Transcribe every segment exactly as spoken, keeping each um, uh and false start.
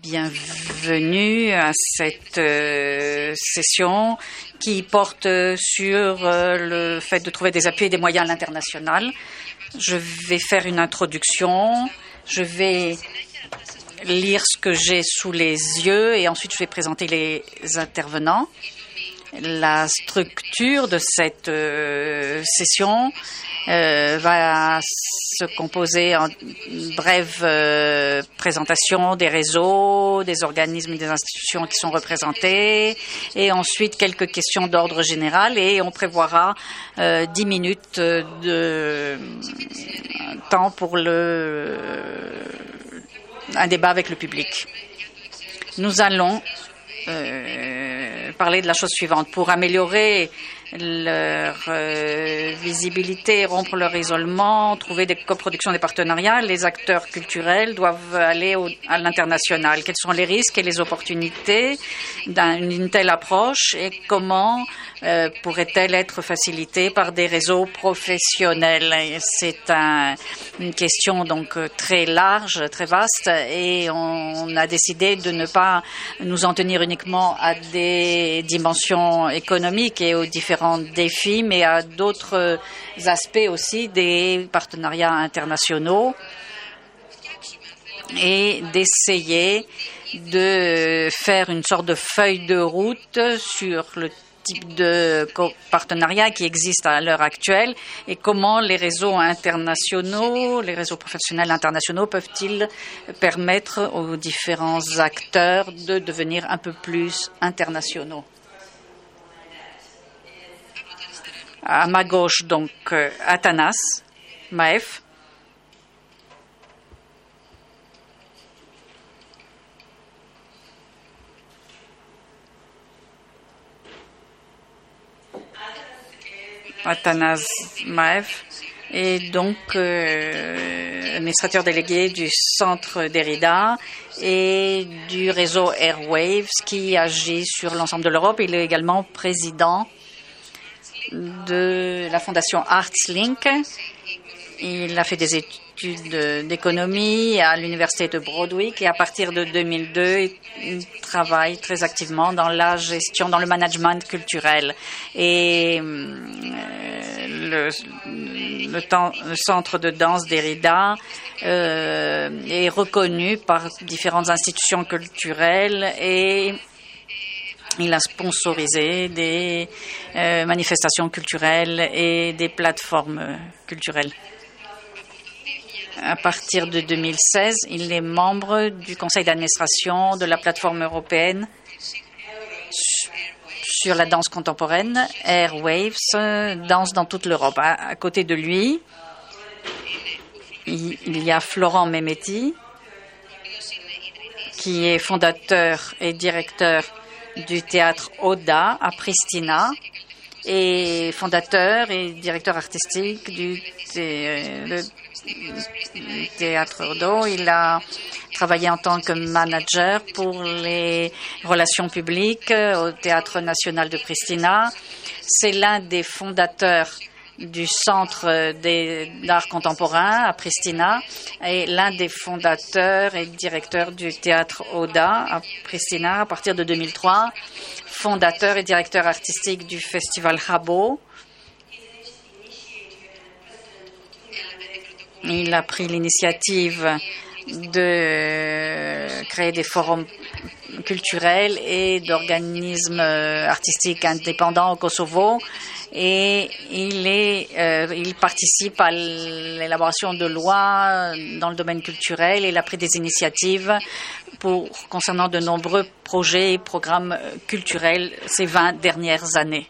bienvenue à cette euh, session qui porte sur euh, le fait de trouver des appuis et des moyens à l'international. Je vais faire une introduction, je vais lire ce que j'ai sous les yeux et ensuite je vais présenter les intervenants. La structure de cette euh, session euh, va se composer en brève euh, présentation des réseaux, des organismes et des institutions qui sont représentés, et ensuite quelques questions d'ordre général, et on prévoira euh, dix minutes de temps pour le, un débat avec le public. Nous allons Euh, parler de la chose suivante. Pour améliorer leur euh, visibilité, rompre leur isolement, trouver des coproductions, des partenariats, les acteurs culturels doivent aller au, à l'international. Quels sont les risques et les opportunités d'une telle approche et comment euh, pourrait-elle être facilitée par des réseaux professionnels? C'est un, une question donc très large, très vaste, et on, on a décidé de ne pas nous en tenir uniquement à des dimensions économiques et aux différents défis, mais à d'autres aspects aussi des partenariats internationaux, et d'essayer de faire une sorte de feuille de route sur le type de partenariat qui existe à l'heure actuelle et comment les réseaux internationaux, les réseaux professionnels internationaux peuvent-ils permettre aux différents acteurs de devenir un peu plus internationaux. À ma gauche, donc, euh, Athanas Maef. Athanas Maef est donc euh, administrateur délégué du Centre Derrida et du réseau Airwaves qui agit sur l'ensemble de l'Europe. Il est également président de la fondation ArtsLink. Il a fait des études d'économie à l'université de Broadwick et à partir de deux mille deux, il travaille très activement dans la gestion, dans le management culturel. Et euh, le, le, temps, le centre de danse Derrida euh, est reconnu par différentes institutions culturelles et il a sponsorisé des euh, manifestations culturelles et des plateformes culturelles. À partir de deux mille seize, il est membre du conseil d'administration de la plateforme européenne sur la danse contemporaine, Airwaves, danse dans toute l'Europe. À, à côté de lui, il, il y a Florent Mehmeti, qui est fondateur et directeur du théâtre Oda à Pristina et fondateur et directeur artistique du thé, le, théâtre Oda. Il a travaillé en tant que manager pour les relations publiques au Théâtre national de Pristina. C'est l'un des fondateurs du Centre d'art contemporain à Pristina et l'un des fondateurs et directeurs du théâtre Oda à Pristina à partir de deux mille trois, fondateur et directeur artistique du festival Habo. Il a pris l'initiative de créer des forums culturels et d'organismes artistiques indépendants au Kosovo. Et il, est, euh, il participe à l'élaboration de lois dans le domaine culturel et il a pris des initiatives pour, concernant de nombreux projets et programmes culturels ces vingt dernières années.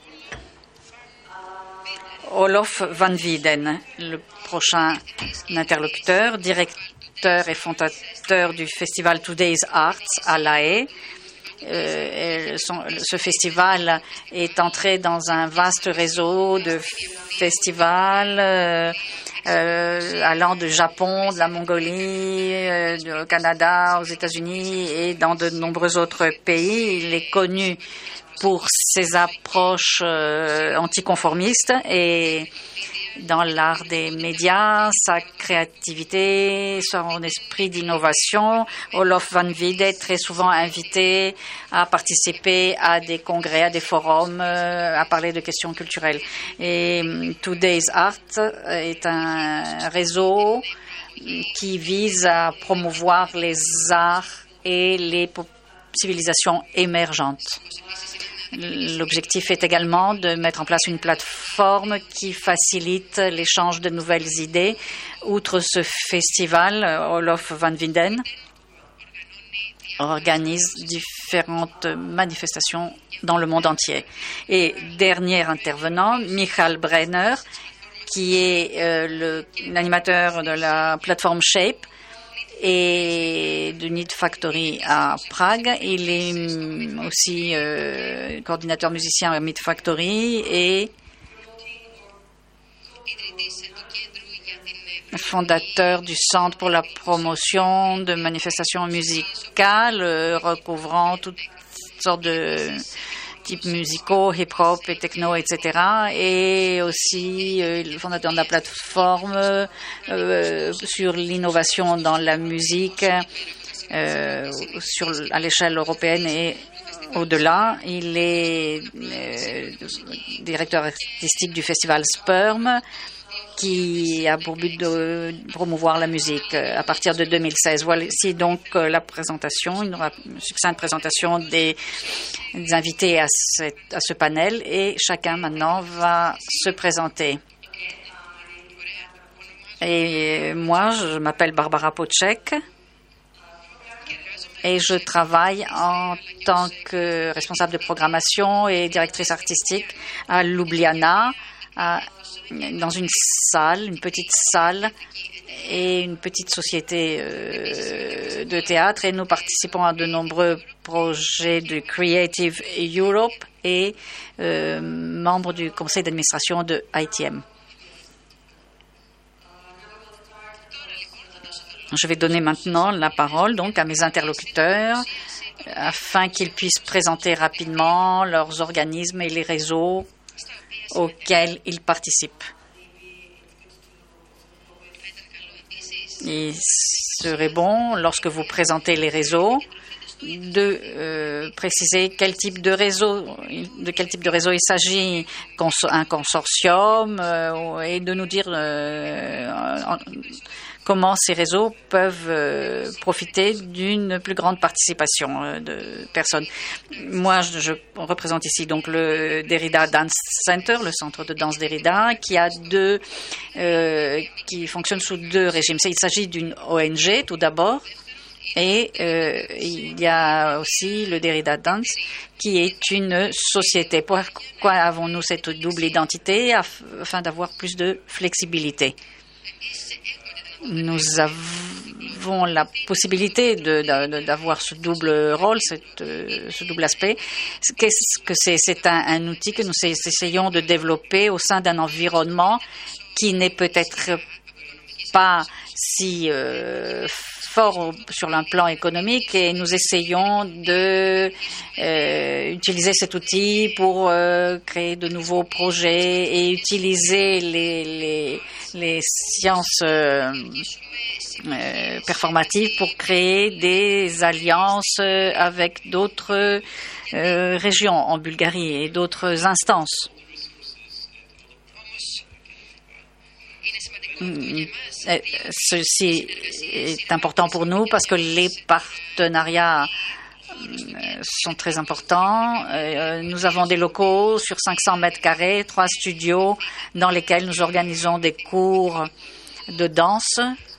Olof van Wieden, le prochain interlocuteur, directeur et fondateur du festival Today's Arts à La Haye. Euh, son, ce festival est entré dans un vaste réseau de festivals euh, euh, allant du Japon, de la Mongolie, euh, du Canada, aux États-Unis et dans de nombreux autres pays. Il est connu pour ses approches euh, anticonformistes et dans l'art des médias, sa créativité, son esprit d'innovation. Olof van Wyde est très souvent invité à participer à des congrès, à des forums, euh, à parler de questions culturelles. Et Today's Art est un réseau qui vise à promouvoir les arts et les civilisations émergentes. L'objectif est également de mettre en place une plateforme qui facilite l'échange de nouvelles idées. Outre ce festival, Olof van Wyden organise différentes manifestations dans le monde entier. Et dernier intervenant, Michael Brenner, qui est euh, l'animateur de la plateforme Shape et de Need Factory à Prague. Il est aussi euh, coordinateur musicien à Need Factory et fondateur du Centre pour la promotion de manifestations musicales euh, recouvrant toutes sortes de types musicaux, hip-hop et techno, et cetera. Et aussi euh, le fondateur de la plateforme euh, sur l'innovation dans la musique euh, sur, à l'échelle européenne et au-delà. Il est euh, directeur artistique du festival Sperm, qui a pour but de promouvoir la musique à partir de deux mille seize. Voici donc la présentation, une succincte présentation des, des invités à, cette, à ce panel, et chacun maintenant va se présenter. Et moi, je m'appelle Barbara Pocek et je travaille en tant que responsable de programmation et directrice artistique à Ljubljana, à dans une salle, une petite salle et une petite société euh, de théâtre, et nous participons à de nombreux projets de Creative Europe et euh, membres du conseil d'administration de I T M. Je vais donner maintenant la parole donc à mes interlocuteurs afin qu'ils puissent présenter rapidement leurs organismes et les réseaux auxquels ils participent. Il serait bon, lorsque vous présentez les réseaux, de euh, préciser quel type de réseau, de quel type de réseau il s'agit, un consortium, euh, et de nous dire euh, en, comment ces réseaux peuvent euh, profiter d'une plus grande participation euh, de personnes. Moi, je, je représente ici donc le Derrida Dance Center, le centre de danse Derrida, qui a deux, euh, qui fonctionne sous deux régimes. Il s'agit d'une O N G tout d'abord, et euh, il y a aussi le Derrida Dance, qui est une société. Pourquoi avons-nous cette double identité? Afin d'avoir plus de flexibilité. Nous avons la possibilité d'avoir ce double rôle, cette, ce double aspect. Qu'est-ce que c'est? C'est un, un outil que nous essayons de développer au sein d'un environnement qui n'est peut-être pas si euh, fort sur un plan économique, et nous essayons de euh, utiliser cet outil pour euh, créer de nouveaux projets et utiliser les, les, les sciences euh, euh, performatives pour créer des alliances avec d'autres euh, régions en Bulgarie et d'autres instances. Ceci est important pour nous parce que les partenariats sont très importants. Nous avons des locaux sur cinq cents mètres carrés, trois studios dans lesquels nous organisons des cours de danse.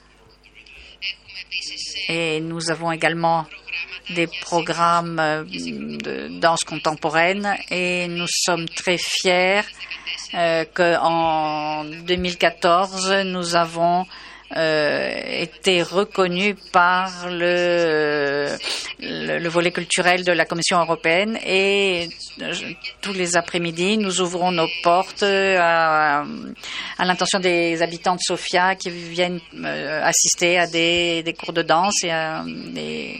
Et nous avons également des programmes de danse contemporaine, et nous sommes très fiers euh, qu'en deux mille quatorze, nous avons euh, été reconnus par le, le, le volet culturel de la Commission européenne, et euh, tous les après-midi, nous ouvrons nos portes à, à l'intention des habitants de Sofia qui viennent euh, assister à des, des cours de danse et à des...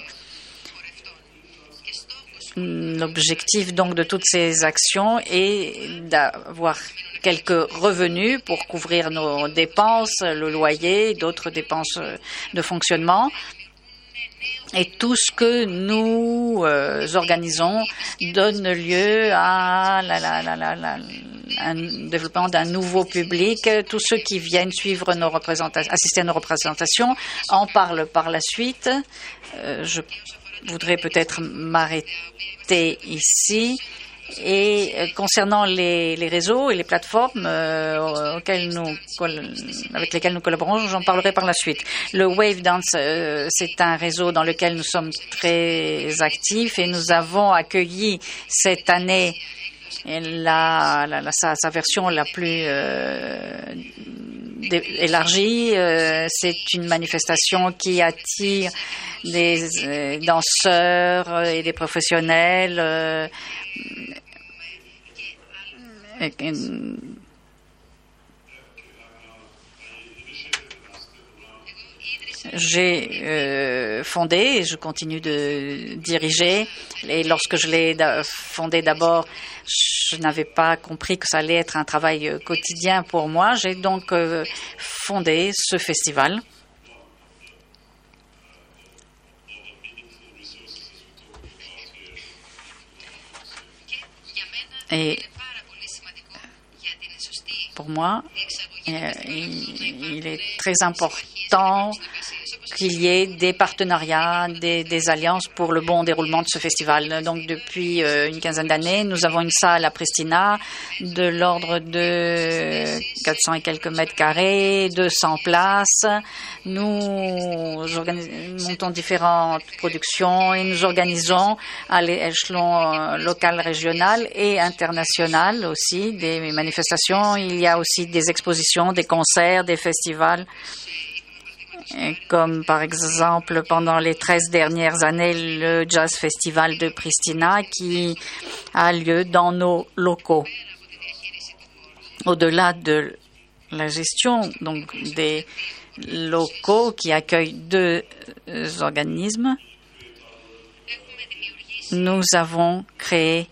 L'objectif donc de toutes ces actions est d'avoir quelques revenus pour couvrir nos dépenses, le loyer, d'autres dépenses de fonctionnement. Et tout ce que nous euh, organisons donne lieu à la, la, la, la, la, un développement d'un nouveau public. Tous ceux qui viennent suivre nos représentations, assister à nos représentations en parlent par la suite. Euh, je voudrais peut-être m'arrêter ici. Et euh, concernant les, les réseaux et les plateformes euh, auxquelles nous, avec lesquelles nous collaborons, j'en parlerai par la suite. Le Wave Dance, euh, c'est un réseau dans lequel nous sommes très actifs et nous avons accueilli cette année la, la, la, sa, sa version la plus euh, élargie. Euh, c'est une manifestation qui attire des euh, danseurs et des professionnels. Euh, J'ai euh, fondé et je continue de diriger. Et lorsque je l'ai fondé d'abord, je n'avais pas compris que ça allait être un travail quotidien pour moi. J'ai donc euh, fondé ce festival. Et pour moi, euh, il, il est très important qu'il y ait des partenariats, des, des alliances pour le bon déroulement de ce festival. Donc, depuis euh, une quinzaine d'années, nous avons une salle à Pristina de l'ordre de quatre cents et quelques mètres carrés, deux cents places. Nous montons différentes productions et nous organisons à l'échelon local, régional et international aussi des manifestations. Il y a aussi des expositions, des concerts, des festivals. Comme par exemple pendant les treize dernières années le Jazz Festival de Pristina qui a lieu dans nos locaux. Au-delà de la gestion donc des locaux qui accueillent deux organismes, nous avons créé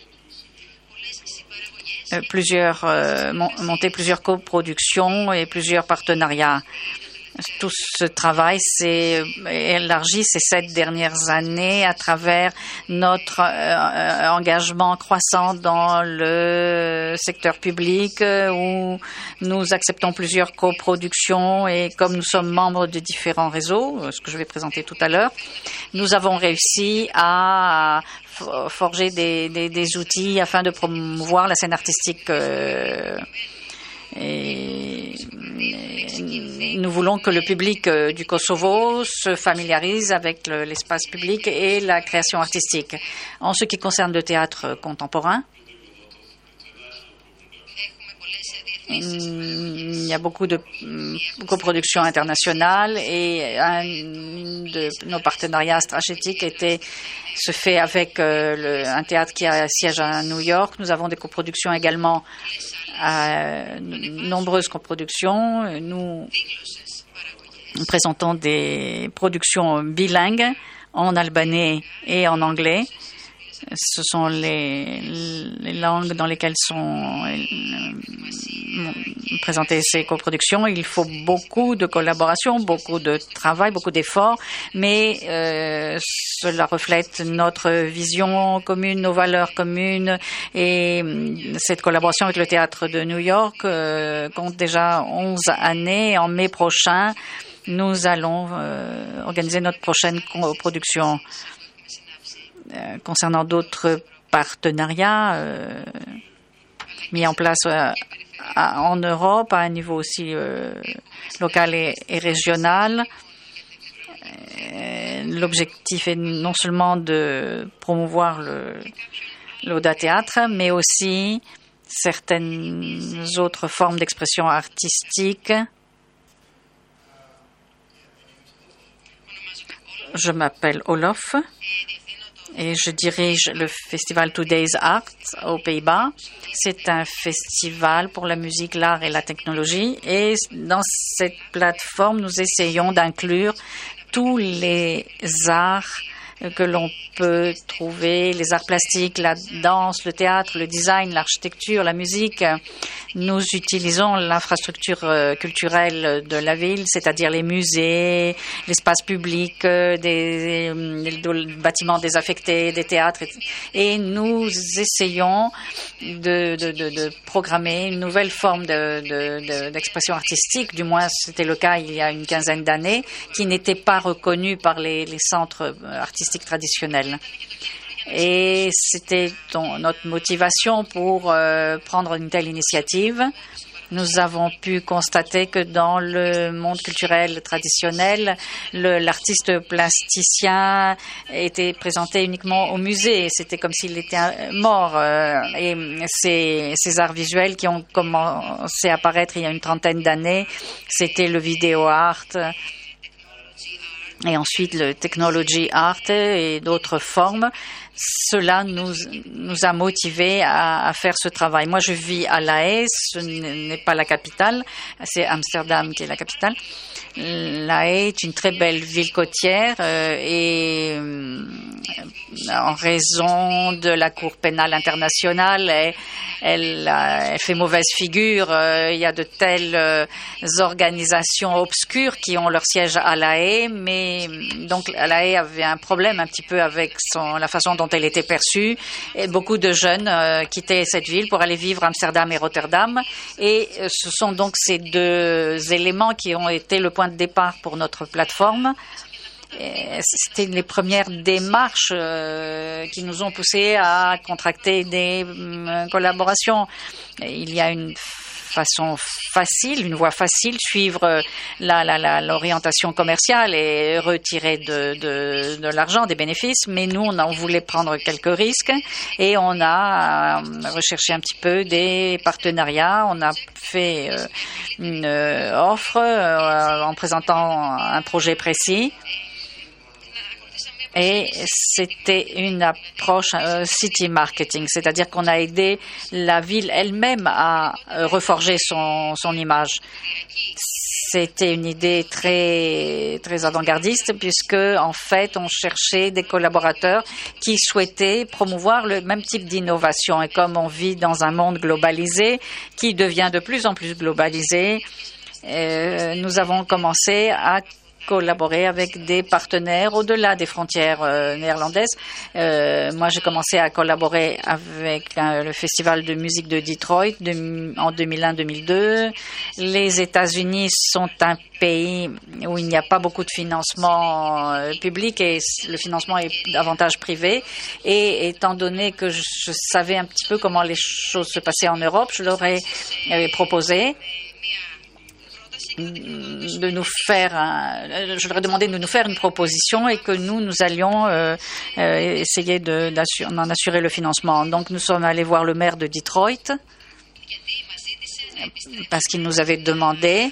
plusieurs, euh, monté plusieurs coproductions et plusieurs partenariats. Tout ce travail s'est élargi ces sept dernières années à travers notre euh, engagement croissant dans le secteur public euh, où nous acceptons plusieurs coproductions et comme nous sommes membres de différents réseaux, ce que je vais présenter tout à l'heure, nous avons réussi à forger des, des, des outils afin de promouvoir la scène artistique euh, Et nous voulons que le public du Kosovo se familiarise avec l'espace public et la création artistique. En ce qui concerne le théâtre contemporain, il y a beaucoup de coproductions internationales et un de nos partenariats stratégiques était, se fait avec euh, le, un théâtre qui a siège à New York. Nous avons des coproductions également, euh, nombreuses coproductions. Nous présentons des productions bilingues en albanais et en anglais. Ce sont les, les langues dans lesquelles sont euh, présentées ces coproductions. Il faut beaucoup de collaboration, beaucoup de travail, beaucoup d'efforts, mais euh, cela reflète notre vision commune, nos valeurs communes. Et cette collaboration avec le Théâtre de New York euh, compte déjà onze années. En mai prochain, nous allons euh, organiser notre prochaine coproduction. Euh, concernant d'autres partenariats euh, mis en place euh, à, en Europe, à un niveau aussi euh, local et, et régional. Euh, L'objectif est non seulement de promouvoir le l'Oda Théâtre, mais aussi certaines autres formes d'expression artistique. Je m'appelle Olof. Et je dirige le festival Today's Art aux Pays-Bas. C'est un festival pour la musique, l'art et la technologie. Et dans cette plateforme, nous essayons d'inclure tous les arts que l'on peut trouver, les arts plastiques, la danse, le théâtre, le design, l'architecture, la musique. Nous utilisons l'infrastructure culturelle de la ville, c'est-à-dire les musées, l'espace public, des, des bâtiments désaffectés, des théâtres, et nous essayons de, de, de, de programmer une nouvelle forme de, de, de, d'expression artistique, du moins c'était le cas il y a une quinzaine d'années, qui n'était pas reconnue par les, les centres artistiques traditionnels. Et c'était notre motivation pour euh, prendre une telle initiative. Nous avons pu constater que dans le monde culturel traditionnel, le, l'artiste plasticien était présenté uniquement au musée. C'était comme s'il était mort. Et ces, ces arts visuels qui ont commencé à apparaître il y a une trentaine d'années, c'était le vidéo art et ensuite le technology art et d'autres formes. Cela nous, nous a motivés à, à faire ce travail. Moi, je vis à La Haye, ce n'est pas la capitale, c'est Amsterdam qui est la capitale. La Haye est une très belle ville côtière euh, et euh, en raison de la Cour pénale internationale, elle, elle, elle fait mauvaise figure. Euh, il y a de telles euh, organisations obscures qui ont leur siège à La Haye, mais donc La Haye avait un problème un petit peu avec son, la façon dont elle était perçue. Et beaucoup de jeunes euh, quittaient cette ville pour aller vivre à Amsterdam et Rotterdam. Et euh, ce sont donc ces deux éléments qui ont été le point de départ pour notre plateforme. C'était les premières démarches euh, qui nous ont poussés à contracter des euh, collaborations. Il y a une façon facile, une voie facile, suivre la, la, la, l'orientation commerciale et retirer de, de, de l'argent, des bénéfices. Mais nous, on, a, on voulait prendre quelques risques et on a recherché un petit peu des partenariats. On a fait euh, une offre euh, en présentant un projet précis. Et c'était une approche euh, city marketing, c'est-à-dire qu'on a aidé la ville elle-même à euh, reforger son, son image. C'était une idée très, très avant-gardiste puisque, en fait, on cherchait des collaborateurs qui souhaitaient promouvoir le même type d'innovation. Et comme on vit dans un monde globalisé, qui devient de plus en plus globalisé, euh, nous avons commencé à collaborer avec des partenaires au-delà des frontières euh, néerlandaises. Euh, moi, j'ai commencé à collaborer avec euh, le Festival de musique de Detroit de, en deux mille un deux mille deux. Les États-Unis sont un pays où il n'y a pas beaucoup de financement euh, public et le financement est davantage privé. Et étant donné que je, je savais un petit peu comment les choses se passaient en Europe, je leur ai euh, proposé de nous faire, un, je leur ai demandé de nous faire une proposition et que nous, nous allions euh, euh, essayer de, d'en assurer le financement. Donc, nous sommes allés voir le maire de Detroit parce qu'il nous avait demandé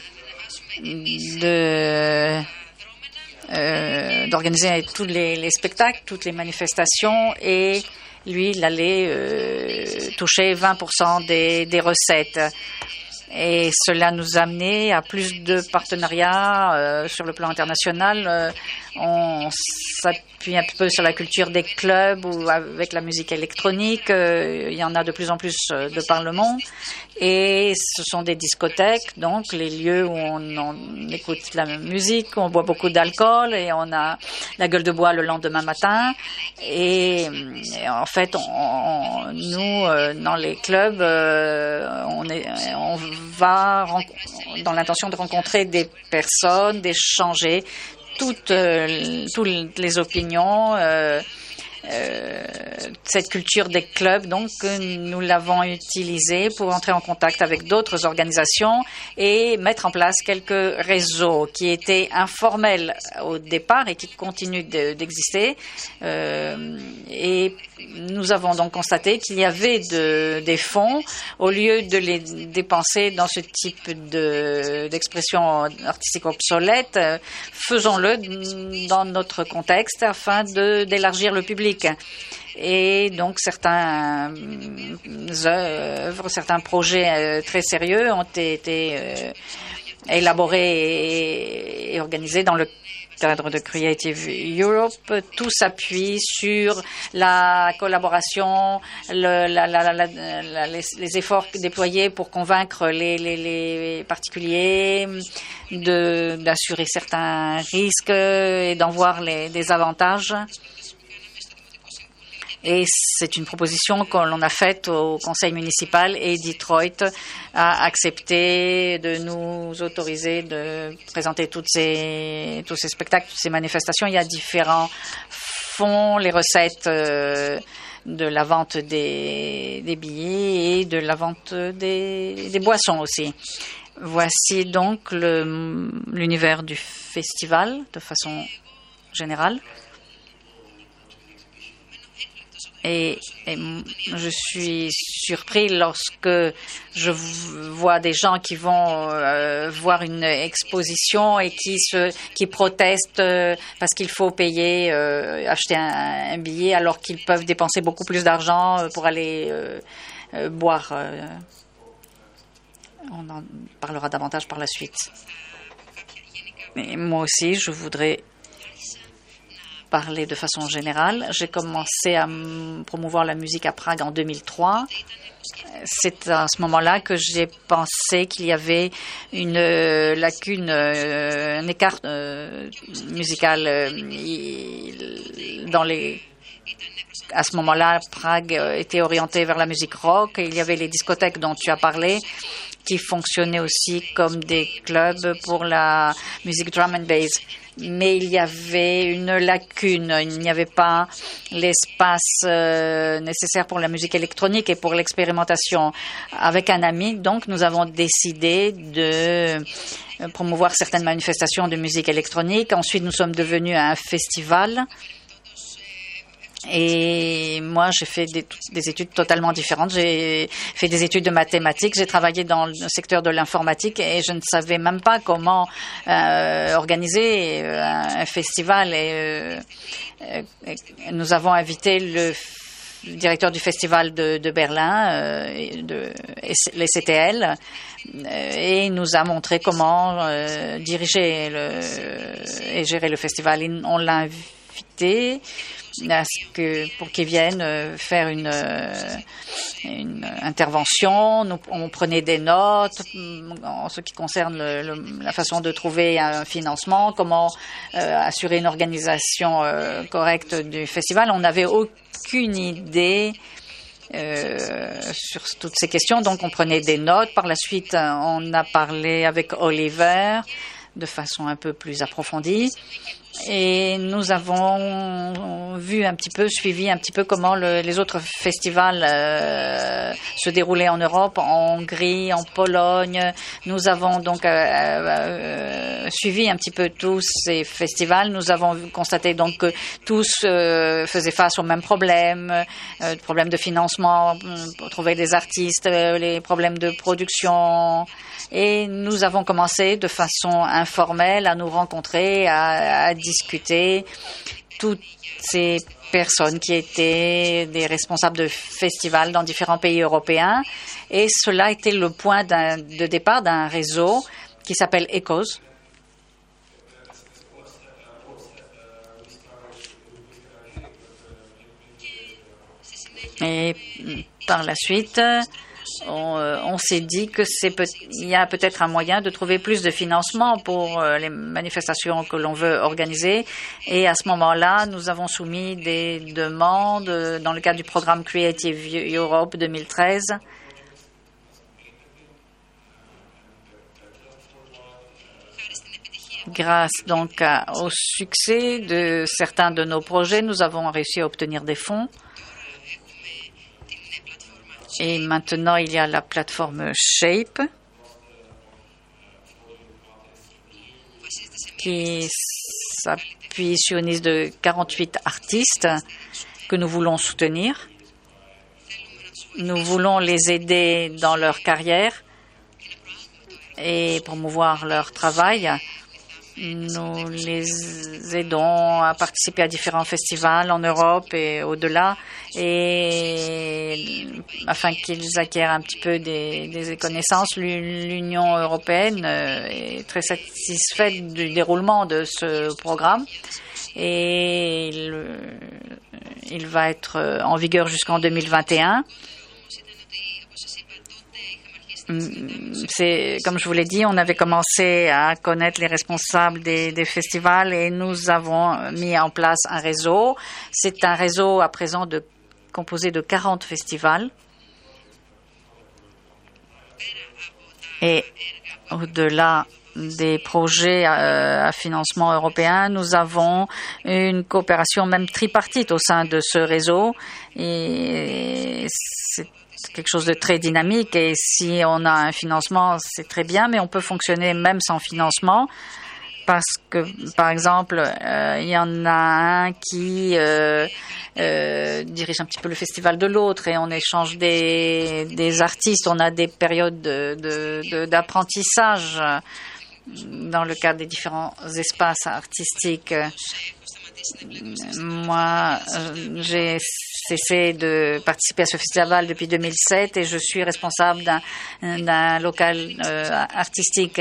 de, euh, d'organiser tous les, les spectacles, toutes les manifestations et lui, il allait euh, toucher vingt pour cent des, des recettes. Et cela nous a amené à plus de partenariats euh, sur le plan international. Euh, on s'appuie un peu sur la culture des clubs ou avec la musique électronique. Euh, il y en a de plus en plus euh, de par le monde. Et ce sont des discothèques, donc les lieux où on, on écoute la musique, on boit beaucoup d'alcool et on a la gueule de bois le lendemain matin. Et, et en fait, on, on, nous, euh, dans les clubs, euh, on, est, on va dans l'intention de rencontrer des personnes, d'échanger toutes, euh, toutes les opinions. Euh, Euh, cette culture des clubs, donc nous l'avons utilisée pour entrer en contact avec d'autres organisations et mettre en place quelques réseaux qui étaient informels au départ et qui continuent de, d'exister. Euh, et nous avons donc constaté qu'il y avait de, des fonds. Au lieu de les dépenser dans ce type de, d'expression artistique obsolète, euh, faisons-le dans notre contexte afin de, d'élargir le public. Et donc certains œuvres, certains projets très sérieux ont été euh, élaborés et, et organisés dans le cadre de Creative Europe, tout s'appuie sur la collaboration, le, la, la, la, la, les, les efforts déployés pour convaincre les, les, les particuliers d'assurer certains risques et d'en voir les, des avantages. Et c'est une proposition que l'on a faite au conseil municipal et Detroit a accepté de nous autoriser de présenter toutes ces, tous ces spectacles, toutes ces manifestations. Il y a différents fonds, les recettes euh, de la vente des, des billets et de la vente des, des boissons aussi. Voici donc l'univers du festival de façon générale. Et, et je suis surpris lorsque je vois des gens qui vont euh, voir une exposition et qui se qui protestent euh, parce qu'il faut payer, euh, acheter un, un billet alors qu'ils peuvent dépenser beaucoup plus d'argent pour aller euh, euh, boire. Euh. On en parlera davantage par la suite. Et moi aussi, je voudrais parler de façon générale. J'ai commencé à promouvoir la musique à Prague en deux mille trois. C'est à ce moment-là que j'ai pensé qu'il y avait une lacune, un écart musical dans les... À ce moment-là, Prague était orientée vers la musique rock. Il y avait les discothèques dont tu as parlé, qui fonctionnaient aussi comme des clubs pour la musique drum and bass. Mais il y avait une lacune, il n'y avait pas l'espace euh, nécessaire pour la musique électronique et pour l'expérimentation. Avec un ami, donc, nous avons décidé de promouvoir certaines manifestations de musique électronique. Ensuite, nous sommes devenus un festival. Et moi, j'ai fait des, des études totalement différentes. J'ai fait des études de mathématiques. J'ai travaillé dans le secteur de l'informatique et je ne savais même pas comment euh, organiser un, un festival. Et, euh, et nous avons invité le directeur du festival de, de Berlin, euh, de, les C T L, euh, et il nous a montré comment euh, diriger le, et gérer le festival. Et on l'a invité à ce que, pour qu'ils viennent faire une, une intervention. Nous, on prenait des notes en ce qui concerne le, le, la façon de trouver un financement, comment euh, assurer une organisation euh, correcte du festival. On n'avait aucune idée Euh, sur toutes ces questions, donc on prenait des notes. Par la suite, on a parlé avec Oliver de façon un peu plus approfondie. Et nous avons vu un petit peu, suivi un petit peu comment le, les autres festivals euh, se déroulaient en Europe, en Hongrie, en Pologne. Nous avons donc euh, euh, suivi un petit peu tous ces festivals. Nous avons constaté donc que tous euh, faisaient face aux mêmes problèmes, euh, problèmes de financement pour trouver des artistes, euh, les problèmes de production. Et nous avons commencé de façon informelle à nous rencontrer, à, à discuter. Toutes ces personnes qui étaient des responsables de festivals dans différents pays européens. Et cela était le point de départ d'un réseau qui s'appelle ECHOS. Et par la suite, on, on s'est dit que c'est peut, il y a peut-être un moyen de trouver plus de financement pour euh, les manifestations que l'on veut organiser. Et à ce moment-là, nous avons soumis des demandes dans le cadre du programme Creative Europe deux mille treize. Grâce donc à, au succès de certains de nos projets, nous avons réussi à obtenir des fonds. Et maintenant, il y a la plateforme Shape qui s'appuie sur une liste de quarante-huit artistes que nous voulons soutenir. Nous voulons les aider dans leur carrière et promouvoir leur travail. Nous les aidons à participer à différents festivals en Europe et au-delà, et afin qu'ils acquièrent un petit peu des, des connaissances. L'Union européenne est très satisfaite du déroulement de ce programme et il, il va être en vigueur jusqu'en deux mille vingt et un. C'est, comme je vous l'ai dit, on avait commencé à connaître les responsables des, des festivals et nous avons mis en place un réseau. C'est un réseau à présent de, composé de quarante festivals. Et au-delà des projets à, à financement européen, nous avons une coopération même tripartite au sein de ce réseau. Et c'est quelque chose de très dynamique, et si on a un financement, c'est très bien, mais on peut fonctionner même sans financement parce que, par exemple, euh, il y en a un qui euh, euh, dirige un petit peu le festival de l'autre et on échange des, des artistes, on a des périodes de, de, de, d'apprentissage dans le cadre des différents espaces artistiques. Moi, j'ai cessé de participer à ce festival depuis deux mille sept et je suis responsable d'un, d'un local euh, artistique.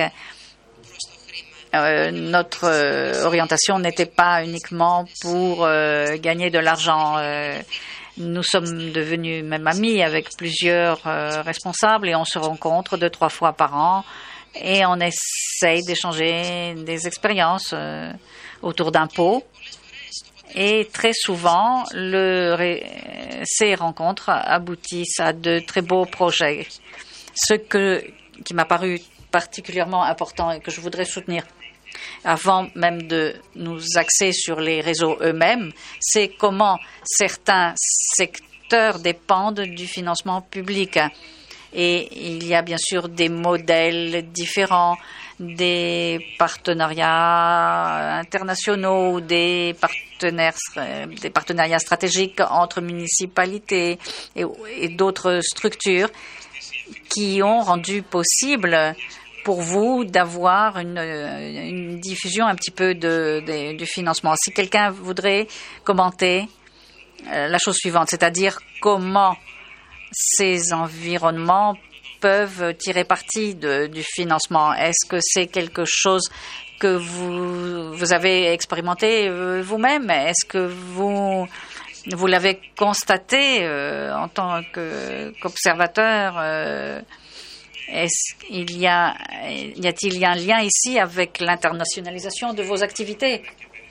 Euh, notre euh, orientation n'était pas uniquement pour euh, gagner de l'argent. Euh, nous sommes devenus même amis avec plusieurs euh, responsables et on se rencontre deux, trois fois par an et on essaye d'échanger des expériences euh, autour d'un pot. Et très souvent, le, ces rencontres aboutissent à de très beaux projets. Ce que, qui m'a paru particulièrement important et que je voudrais soutenir avant même de nous axer sur les réseaux eux-mêmes, c'est comment certains secteurs dépendent du financement public. Et il y a bien sûr des modèles différents, des partenariats internationaux, des partenaires, des partenariats stratégiques entre municipalités et, et d'autres structures qui ont rendu possible pour vous d'avoir une, une diffusion un petit peu de, de, du financement. Si quelqu'un voudrait commenter euh, la chose suivante, c'est-à-dire comment ces environnements peuvent tirer parti de, du financement. Est-ce que c'est quelque chose que vous, vous avez expérimenté vous-même? Est-ce que vous, vous l'avez constaté euh, en tant que, qu'observateur? euh, Est-ce qu'il y a, y a-t-il un lien ici avec l'internationalisation de vos activités?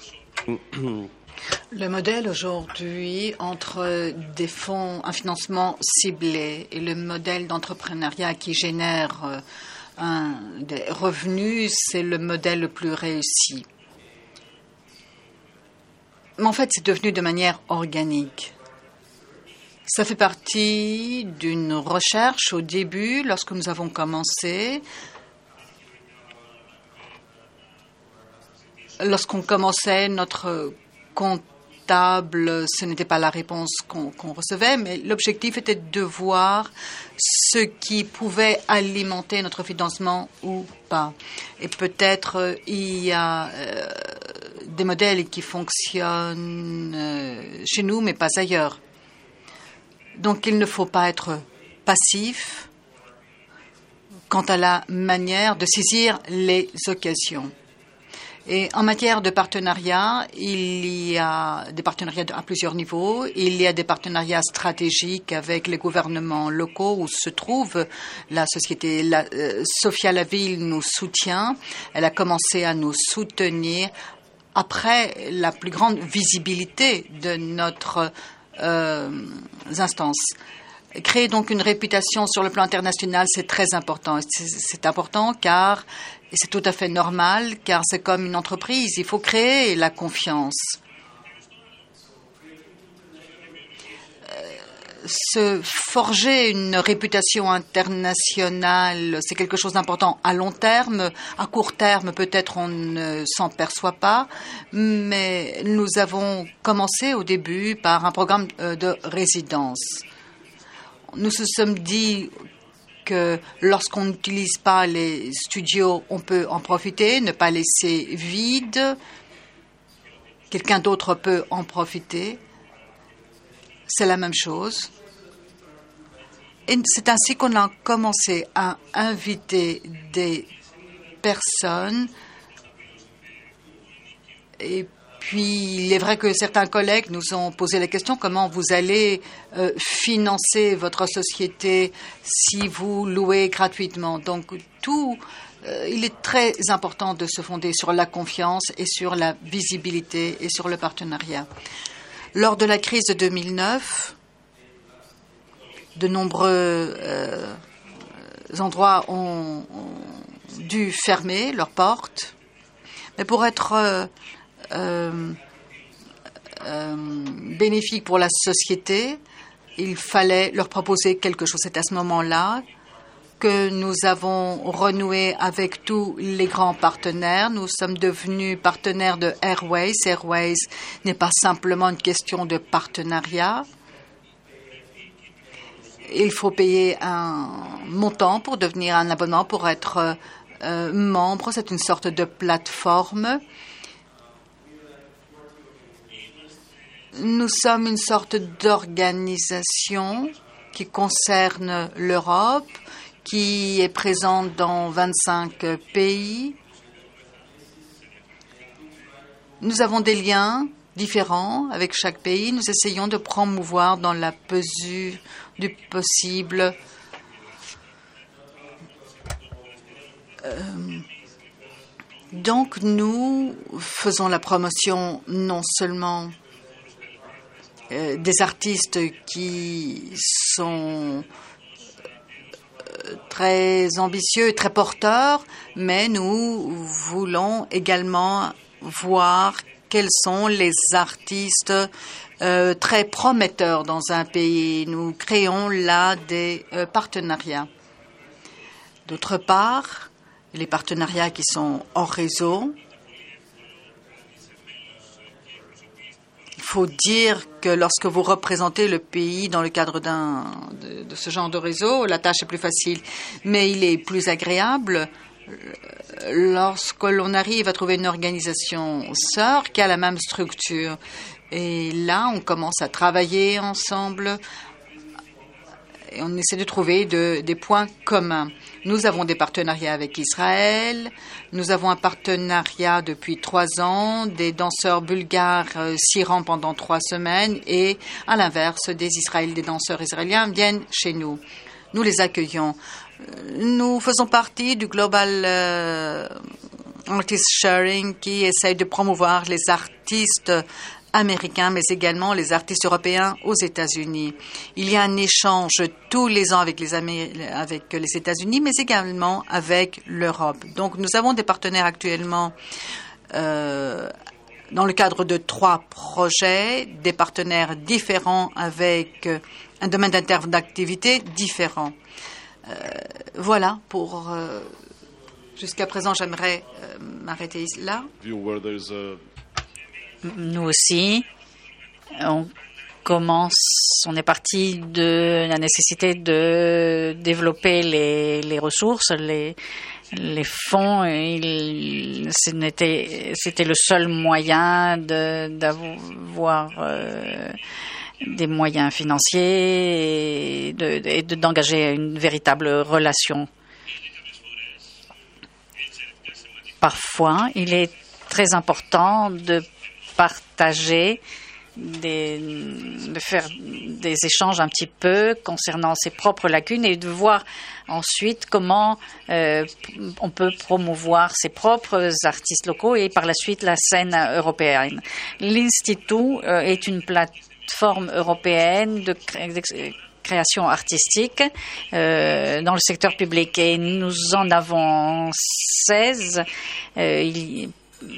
Le modèle aujourd'hui entre des fonds, un financement ciblé et le modèle d'entrepreneuriat qui génère un, des revenus, c'est le modèle le plus réussi. Mais en fait, c'est devenu de manière organique. Ça fait partie d'une recherche au début, lorsque nous avons commencé. Lorsqu'on commençait notre comptable, ce n'était pas la réponse qu'on qu'on recevait, mais l'objectif était de voir ce qui pouvait alimenter notre financement ou pas. Et peut-être euh, il y a euh, des modèles qui fonctionnent euh, chez nous, mais pas ailleurs. Donc il ne faut pas être passif quant à la manière de saisir les occasions. Et en matière de partenariat, il y a des partenariats à plusieurs niveaux. Il y a des partenariats stratégiques avec les gouvernements locaux où se trouve la société. La, euh, Sophia Laville nous soutient. Elle a commencé à nous soutenir après la plus grande visibilité de notre euh, instance. Créer donc une réputation sur le plan international, c'est très important. C'est, c'est important car, et c'est tout à fait normal, car c'est comme une entreprise, il faut créer la confiance. Euh, se forger une réputation internationale, c'est quelque chose d'important à long terme. À court terme, peut-être on ne s'en perçoit pas, mais nous avons commencé au début par un programme de résidence. Nous nous sommes dit que lorsqu'on n'utilise pas les studios, on peut en profiter, ne pas laisser vide. Quelqu'un d'autre peut en profiter. C'est la même chose. Et c'est ainsi qu'on a commencé à inviter des personnes. Et puis, il est vrai que certains collègues nous ont posé la question comment vous allez euh, financer votre société si vous louez gratuitement. Donc, tout, euh, il est très important de se fonder sur la confiance et sur la visibilité et sur le partenariat. Lors de la crise de deux mille neuf, de nombreux euh, endroits ont, ont dû fermer leurs portes, mais pour être euh, Euh, euh, bénéfique pour la société, il fallait leur proposer quelque chose. C'est à ce moment-là que nous avons renoué avec tous les grands partenaires. Nous sommes devenus partenaires de Airways. Airways n'est pas simplement une question de partenariat. Il faut payer un montant pour devenir un abonnement, pour être euh, membre. C'est une sorte de plateforme. Nous sommes une sorte d'organisation qui concerne l'Europe, qui est présente dans vingt-cinq pays. Nous avons des liens différents avec chaque pays. Nous essayons de promouvoir dans la mesure du possible euh, donc nous faisons la promotion non seulement Euh, des artistes qui sont euh, très ambitieux et très porteurs, mais nous voulons également voir quels sont les artistes euh, très prometteurs dans un pays. Nous créons là des euh, partenariats. D'autre part, les partenariats qui sont hors réseau. Il faut dire que lorsque vous représentez le pays dans le cadre d'un, de, de ce genre de réseau, la tâche est plus facile, mais il est plus agréable lorsque l'on arrive à trouver une organisation sœur qui a la même structure. Et là, on commence à travailler ensemble et on essaie de trouver de, des points communs. Nous avons des partenariats avec Israël. Nous avons un partenariat depuis trois ans. Des danseurs bulgares euh, s'y rendent pendant trois semaines et, à l'inverse, des Israéliens, des danseurs israéliens viennent chez nous. Nous les accueillons. Nous faisons partie du Global euh, Artist Sharing qui essaye de promouvoir les artistes américains, mais également les artistes européens aux États-Unis. Il y a un échange tous les ans avec les, Amé- avec les États-Unis, mais également avec l'Europe. Donc, nous avons des partenaires actuellement euh, dans le cadre de trois projets, des partenaires différents avec un domaine d'activité différent. Euh, voilà, pour euh, jusqu'à présent, j'aimerais euh, m'arrêter là. Nous aussi, on commence, on est parti de la nécessité de développer les, les ressources, les, les fonds. Il, c'était, c'était le seul moyen de, d'avoir euh, des moyens financiers et, de, et de, d'engager une véritable relation. Parfois, il est très important de partager, des, de faire des échanges un petit peu concernant ses propres lacunes et de voir ensuite comment euh, on peut promouvoir ses propres artistes locaux et par la suite la scène européenne. L'Institut euh, est une plateforme européenne de, de création artistique euh, dans le secteur public et nous en avons seize. Euh, il,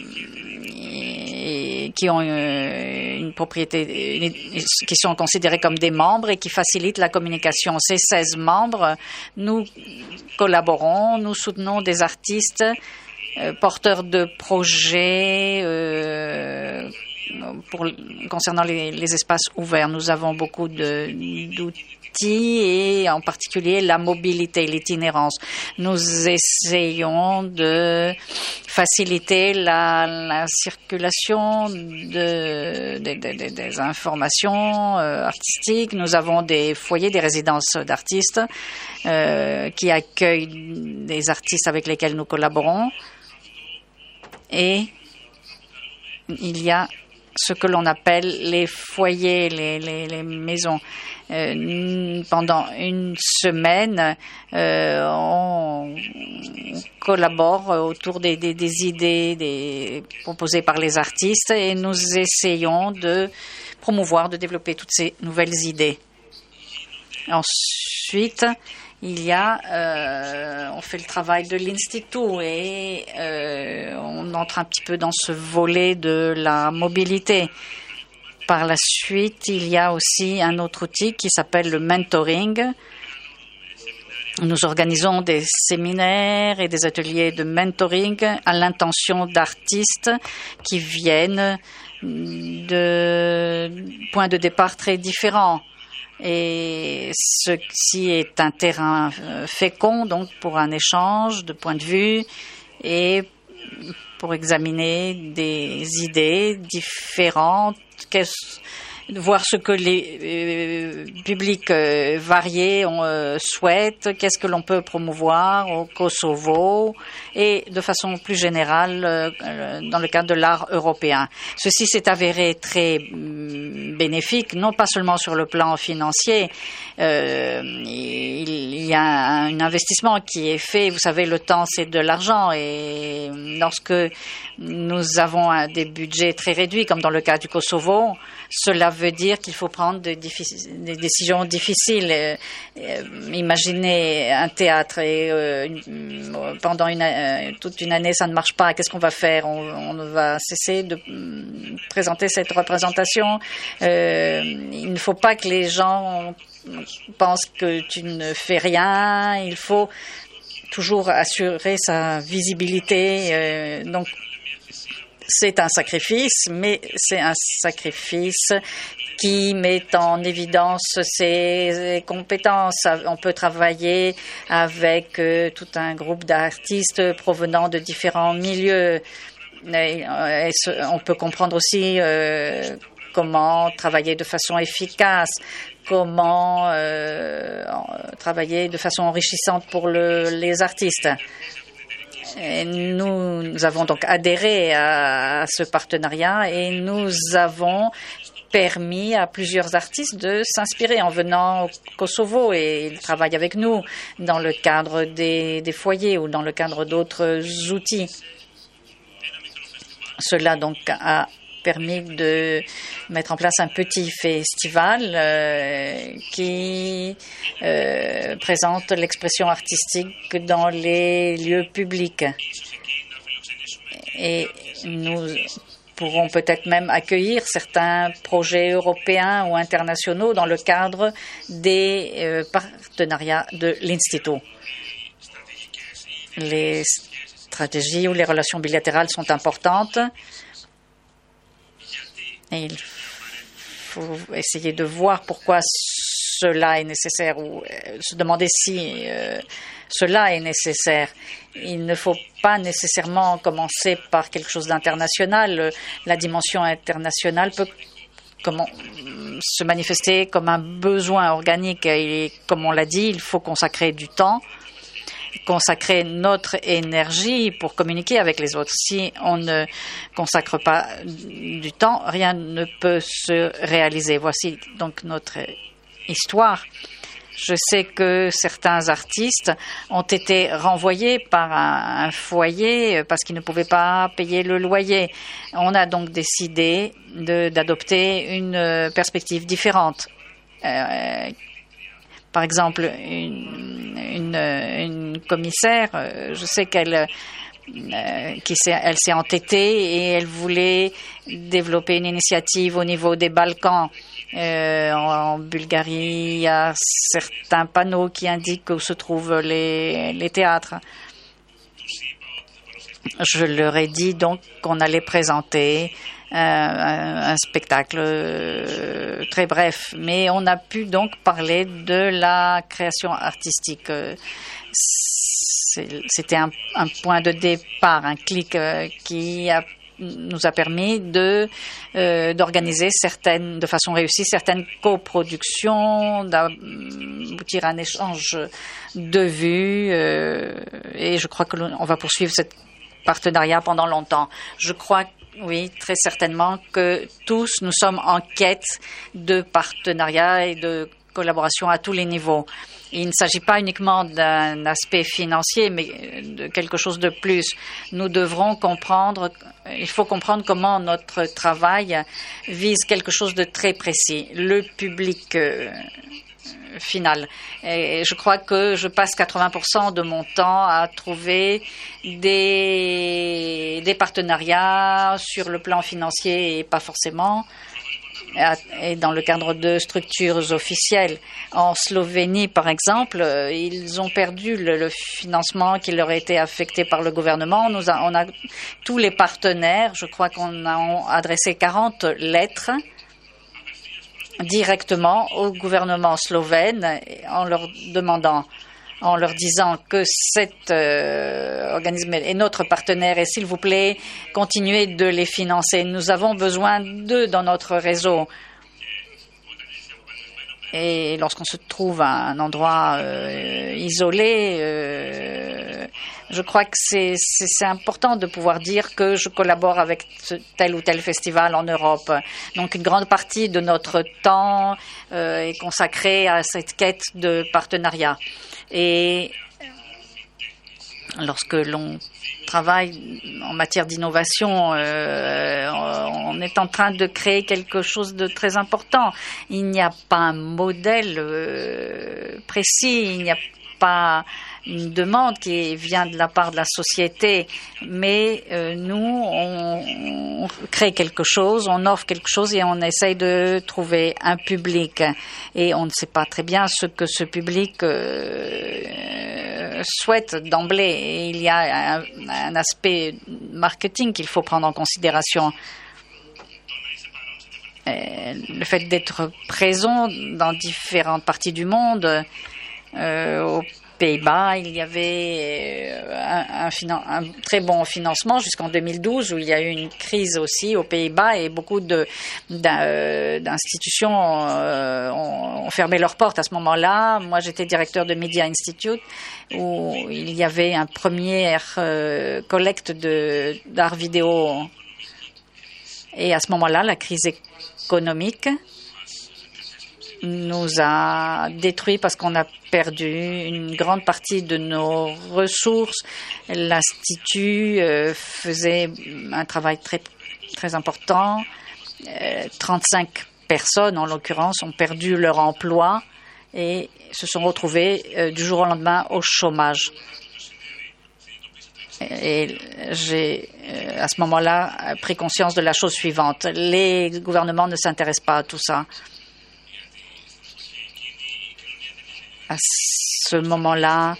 qui ont une propriété, une, qui sont considérés comme des membres et qui facilitent la communication. Ces seize membres, nous collaborons, nous soutenons des artistes euh, porteurs de projets euh, pour, concernant les, les espaces ouverts. Nous avons beaucoup de, d'outils et en particulier la mobilité, l'itinérance. Nous essayons de faciliter la, la circulation de, de, de, de, des informations euh, artistiques. Nous avons des foyers, des résidences d'artistes euh, qui accueillent des artistes avec lesquels nous collaborons. Et il y a ce que l'on appelle les foyers, les, les, les maisons. Euh, pendant une semaine, euh, on collabore autour des, des, des idées des, proposées par les artistes et nous essayons de promouvoir, de développer toutes ces nouvelles idées. Ensuite, il y a, euh, on fait le travail de l'Institut et euh, on entre un petit peu dans ce volet de la mobilité. Par la suite, il y a aussi un autre outil qui s'appelle le mentoring. Nous organisons des séminaires et des ateliers de mentoring à l'intention d'artistes qui viennent de points de départ très différents. Et ceci est un terrain fécond donc pour un échange de points de vue et pour examiner des idées différentes, voir ce que les euh, publics euh, variés ont, euh, souhaitent, qu'est-ce que l'on peut promouvoir au Kosovo et de façon plus générale euh, dans le cadre de l'art européen. Ceci s'est avéré très euh, bénéfique, non pas seulement sur le plan financier. Euh, il y a un investissement qui est fait. Vous savez, le temps, c'est de l'argent et lorsque nous avons un, des budgets très réduits, comme dans le cas du Kosovo, cela veut dire qu'il faut prendre des, des décisions difficiles. Euh, euh, imaginez un théâtre et euh, une, pendant une, euh, toute une année, ça ne marche pas. Qu'est-ce qu'on va faire? on, on va cesser de euh, présenter cette représentation. Euh, il ne faut pas que les gens pensent que tu ne fais rien. Il faut toujours assurer sa visibilité. Euh, donc, c'est un sacrifice, mais c'est un sacrifice qui met en évidence ses compétences. On peut travailler avec euh, tout un groupe d'artistes provenant de différents milieux. Et, et ce, on peut comprendre aussi euh, comment travailler de façon efficace, comment euh, travailler de façon enrichissante pour le, les artistes. Et nous, nous avons donc adhéré à, à ce partenariat et nous avons permis à plusieurs artistes de s'inspirer en venant au Kosovo et ils travaillent avec nous dans le cadre des, des foyers ou dans le cadre d'autres outils. Cela donc a permis de mettre en place un petit festival euh, qui euh, présente l'expression artistique dans les lieux publics. Et nous pourrons peut-être même accueillir certains projets européens ou internationaux dans le cadre des euh, partenariats de l'Institut. Les stratégies ou les relations bilatérales sont importantes. Et il faut essayer de voir pourquoi cela est nécessaire ou se demander si euh, cela est nécessaire. Il ne faut pas nécessairement commencer par quelque chose d'international. La dimension internationale peut comment, se manifester comme un besoin organique. Et comme on l'a dit, il faut consacrer du temps, consacrer notre énergie pour communiquer avec les autres. Si on ne consacre pas du temps, rien ne peut se réaliser. Voici donc notre histoire. Je sais que certains artistes ont été renvoyés par un, un foyer parce qu'ils ne pouvaient pas payer le loyer. On a donc décidé de, d'adopter une perspective différente. Euh, Par exemple, une, une, une commissaire, je sais qu'elle euh, qui s'est, elle s'est entêtée et elle voulait développer une initiative au niveau des Balkans. Euh, en, en Bulgarie, il y a certains panneaux qui indiquent où se trouvent les, les théâtres. Je leur ai dit donc qu'on allait présenter euh, un, un spectacle euh, très bref, mais on a pu donc parler de la création artistique. C'était un, un point de départ, un clic euh, qui a nous a permis de euh, d'organiser certaines, de façon réussie, certaines coproductions, d'aboutir à un échange de vues, euh, et je crois que l'on va poursuivre ce partenariat pendant longtemps. Je crois, oui, très certainement que tous nous sommes en quête de partenariat et de collaboration à tous les niveaux. Il ne s'agit pas uniquement d'un aspect financier, mais de quelque chose de plus. Nous devrons comprendre, il faut comprendre comment notre travail vise quelque chose de très précis, le public euh, final. Et je crois que je passe quatre-vingts pour cent de mon temps à trouver des, des partenariats sur le plan financier et pas forcément et dans le cadre de structures officielles. En Slovénie, par exemple, ils ont perdu le, le financement qui leur a été affecté par le gouvernement. Nous a, on a tous les partenaires, je crois qu'on a adressé quarante lettres directement au gouvernement slovène en leur demandant, en leur disant que cet euh, organisme est notre partenaire et s'il vous plaît, continuez de les financer. Nous avons besoin d'eux dans notre réseau. Et lorsqu'on se trouve à un endroit euh, isolé, euh, je crois que c'est, c'est, c'est important de pouvoir dire que je collabore avec tel ou tel festival en Europe. Donc une grande partie de notre temps euh, est consacrée à cette quête de partenariat. Et lorsque l'on travaille en matière d'innovation, euh, on est en train de créer quelque chose de très important. Il n'y a pas un modèle euh, précis, il n'y a pas une demande qui vient de la part de la société, mais euh, nous, on, on crée quelque chose, on offre quelque chose et on essaye de trouver un public. Et on ne sait pas très bien ce que ce public euh, souhaite d'emblée. Et il y a un, un aspect marketing qu'il faut prendre en considération. Et le fait d'être présent dans différentes parties du monde, euh, au Pays-Bas, il y avait un, un, finan- un très bon financement jusqu'en deux mille douze où il y a eu une crise aussi aux Pays-Bas et beaucoup de, d'institutions euh, ont, ont fermé leurs portes à ce moment-là. Moi, j'étais directeur de Media Institute où il y avait un premier euh, collecte de, d'art vidéo. Et à ce moment-là, la crise économique nous a détruits parce qu'on a perdu une grande partie de nos ressources. L'Institut euh, faisait un travail très, très important. Euh, trente-cinq personnes, en l'occurrence, ont perdu leur emploi et se sont retrouvées euh, du jour au lendemain au chômage. Et j'ai, à ce moment-là, pris conscience de la chose suivante. Les gouvernements ne s'intéressent pas à tout ça. À ce moment-là,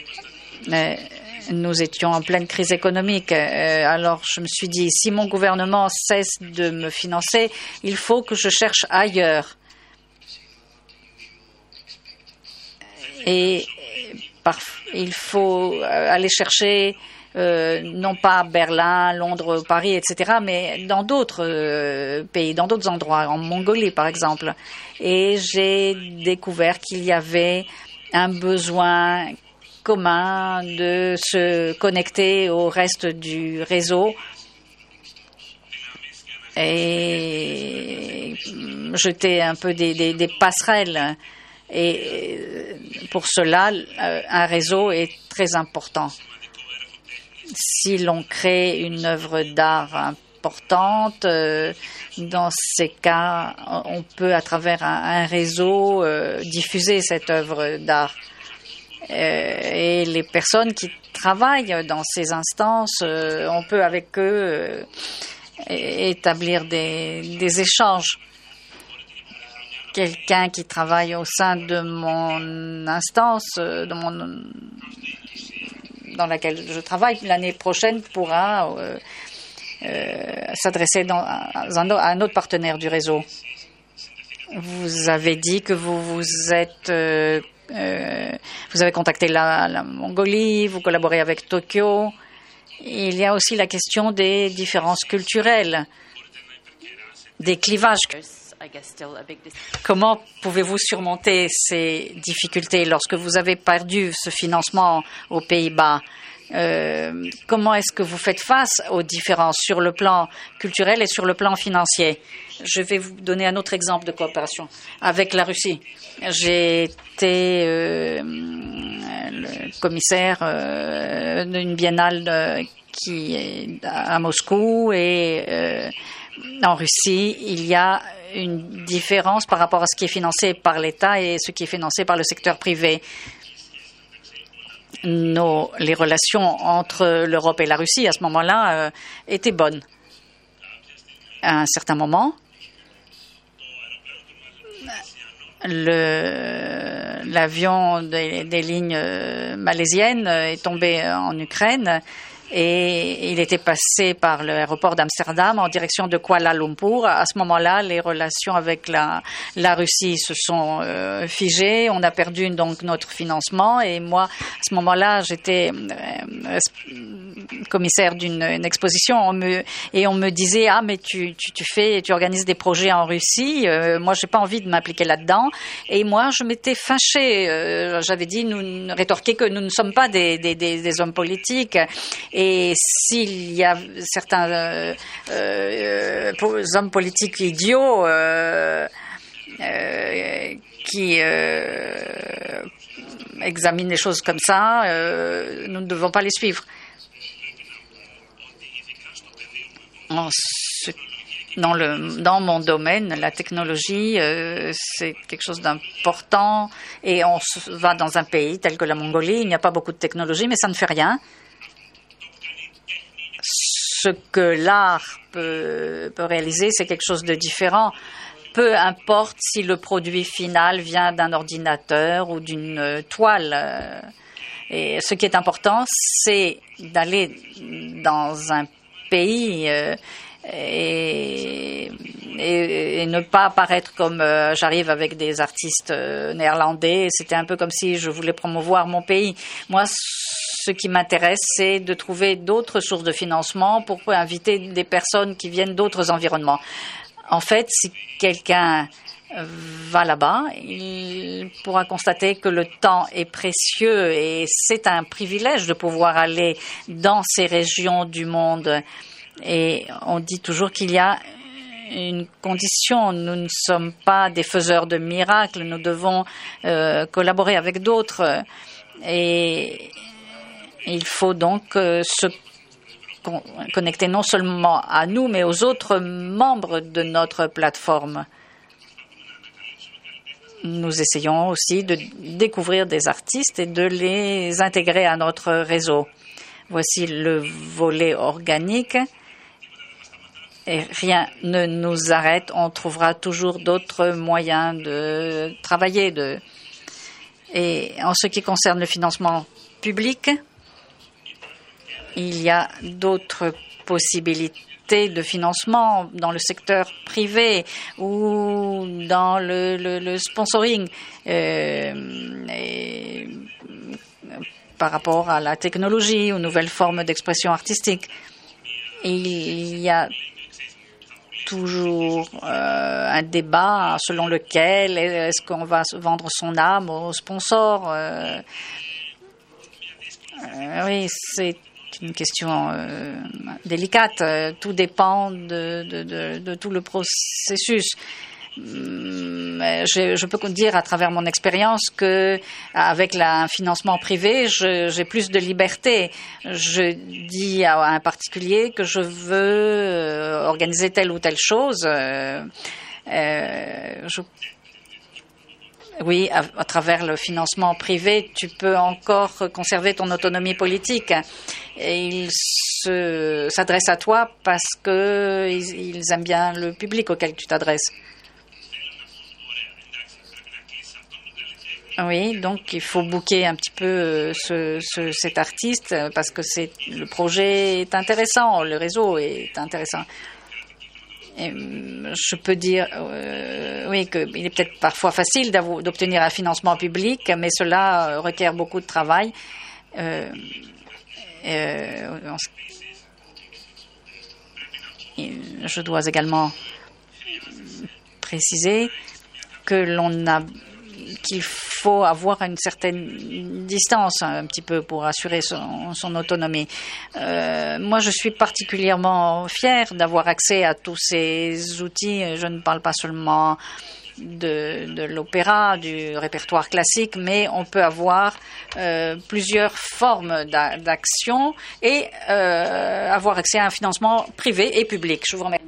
nous étions en pleine crise économique. Alors, je me suis dit, si mon gouvernement cesse de me financer, il faut que je cherche ailleurs. Et il faut aller chercher Euh, non pas Berlin, Londres, Paris, et cetera, mais dans d'autres euh, pays, dans d'autres endroits, en Mongolie par exemple. Et j'ai découvert qu'il y avait un besoin commun de se connecter au reste du réseau et jeter un peu des, des, des passerelles. Et pour cela, un réseau est très important. Si l'on crée une œuvre d'art importante, euh, dans ces cas, on peut, à travers un, un réseau, euh, diffuser cette œuvre d'art. Euh, et les personnes qui travaillent dans ces instances, euh, on peut avec eux euh, établir des, des échanges. Quelqu'un qui travaille au sein de mon instance, de mon dans laquelle je travaille l'année prochaine pourra euh, euh, s'adresser dans, à, à un autre partenaire du réseau. Vous avez dit que vous vous êtes, euh, euh, vous avez contacté la, la Mongolie, vous collaborez avec Tokyo. Il y a aussi la question des différences culturelles, des clivages. Comment pouvez-vous surmonter ces difficultés lorsque vous avez perdu ce financement aux Pays-Bas? Euh, comment est-ce que vous faites face aux différences sur le plan culturel et sur le plan financier? Je vais vous donner un autre exemple de coopération avec la Russie. J'ai été euh, le commissaire euh, d'une biennale de, qui est à Moscou et euh, en Russie, il y a une différence par rapport à ce qui est financé par l'État et ce qui est financé par le secteur privé. Nos, les relations entre l'Europe et la Russie à ce moment-là euh, étaient bonnes. À un certain moment, l'avion des, des lignes malaisiennes est tombé en Ukraine et il était passé par l'aéroport d'Amsterdam en direction de Kuala Lumpur. À ce moment-là, les relations avec la, la Russie se sont euh, figées. On a perdu donc notre financement et moi, à ce moment-là, j'étais euh, commissaire d'une exposition on me, et on me disait « Ah, mais tu, tu, tu fais, tu organises des projets en Russie. Euh, moi, j'ai pas envie de m'impliquer là-dedans. » Et moi, je m'étais fâchée. Euh, j'avais dit, nous rétorqué que nous ne sommes pas des, des, des, des hommes politiques. Et s'il y a certains euh, euh, hommes politiques idiots euh, euh, qui euh, examinent les choses comme ça, euh, nous ne devons pas les suivre. En ce, dans, le, dans mon domaine, la technologie, euh, c'est quelque chose d'important. Et on va dans un pays tel que la Mongolie, il n'y a pas beaucoup de technologie, mais ça ne fait rien. Ce que l'art peut, peut réaliser, c'est quelque chose de différent. Peu importe si le produit final vient d'un ordinateur ou d'une toile. Et ce qui est important, c'est d'aller dans un pays euh, et, et, et ne pas apparaître comme euh, j'arrive avec des artistes euh, néerlandais. C'était un peu comme si je voulais promouvoir mon pays. Moi, ce qui m'intéresse, c'est de trouver d'autres sources de financement pour inviter des personnes qui viennent d'autres environnements. En fait, si quelqu'un va là-bas, il pourra constater que le temps est précieux et c'est un privilège de pouvoir aller dans ces régions du monde. Et on dit toujours qu'il y a une condition. Nous ne sommes pas des faiseurs de miracles. Nous devons euh, collaborer avec d'autres. Et il faut donc euh, se connecter non seulement à nous, mais aux autres membres de notre plateforme. Nous essayons aussi de découvrir des artistes et de les intégrer à notre réseau. Voici le volet organique. Et rien ne nous arrête. On trouvera toujours d'autres moyens de travailler. De... Et en ce qui concerne le financement public, il y a d'autres possibilités de financement dans le secteur privé ou dans le, le, le sponsoring euh, et par rapport à la technologie, aux nouvelles formes d'expression artistique. Il y a toujours euh, un débat selon lequel est-ce qu'on va vendre son âme aux sponsors. Euh, euh, oui, c'est une question euh, délicate. Tout dépend de, de, de, de tout le processus. Je, je peux dire à travers mon expérience que avec la, un financement privé, j'ai plus de liberté. Je dis à un particulier que je veux organiser telle ou telle chose. Euh, euh, je, oui, à, à travers le financement privé, tu peux encore conserver ton autonomie politique. Et ils s'adressent à toi parce que ils, ils aiment bien le public auquel tu t'adresses. Oui, donc il faut booker un petit peu ce, ce, cet artiste parce que c'est, le projet est intéressant, le réseau est intéressant. Et je peux dire, euh, oui, qu'il est peut-être parfois facile d'obtenir un financement public, mais cela requiert beaucoup de travail. Euh, euh, je dois également préciser que l'on a, qu'il faut avoir une certaine distance un petit peu pour assurer son, son autonomie. Euh, moi, je suis particulièrement fière d'avoir accès à tous ces outils. Je ne parle pas seulement de, de l'opéra, du répertoire classique, mais on peut avoir euh, plusieurs formes d'action et euh, avoir accès à un financement privé et public. Je vous remercie.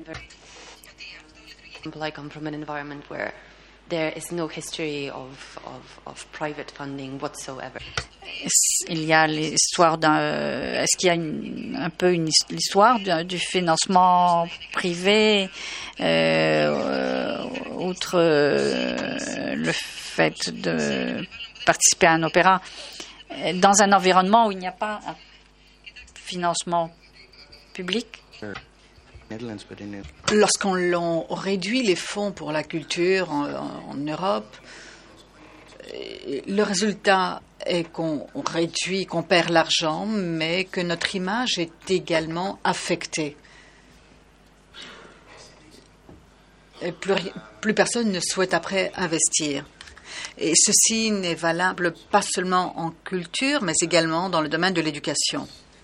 I come from an environment where there is no history of, of, of private funding whatsoever. Il y a l'histoire d'un. Est-ce qu'il y a une, un peu une, l'histoire du, du financement privé, euh, outre euh, le fait de participer à un opéra, dans un environnement où il n'y a pas un financement public? Lorsqu'on réduit les fonds pour la culture en, en Europe, le résultat est qu'on réduit, qu'on perd l'argent, mais que notre image est également affectée. Et plus, plus personne ne souhaite après investir. Et ceci n'est valable pas seulement en culture, mais également dans le domaine de l'éducation.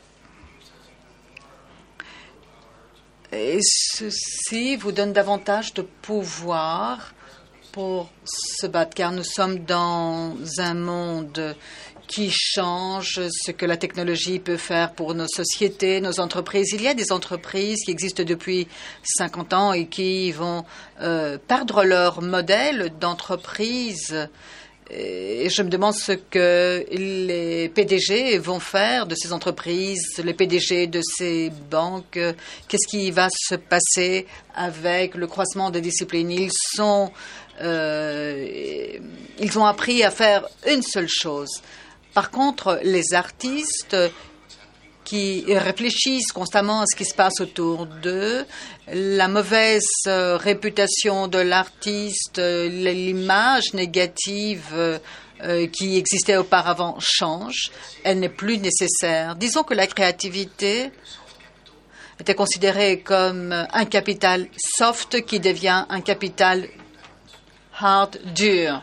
Et ceci vous donne davantage de pouvoir pour se battre, car nous sommes dans un monde qui change, ce que la technologie peut faire pour nos sociétés, nos entreprises. Il y a des entreprises qui existent depuis cinquante ans et qui vont euh, perdre leur modèle d'entreprise. Et je me demande ce que les P D G vont faire de ces entreprises, les P D G de ces banques. Qu'est-ce qui va se passer avec le croisement des disciplines? Ils sont, euh, ils ont appris à faire une seule chose. Par contre, les artistes qui réfléchissent constamment à ce qui se passe autour d'eux, la mauvaise euh, réputation de l'artiste, euh, l'image négative euh, qui existait auparavant change, elle n'est plus nécessaire. Disons que la créativité était considérée comme un capital soft qui devient un capital hard, dur,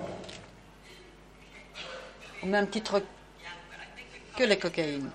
au même titre que la cocaïne.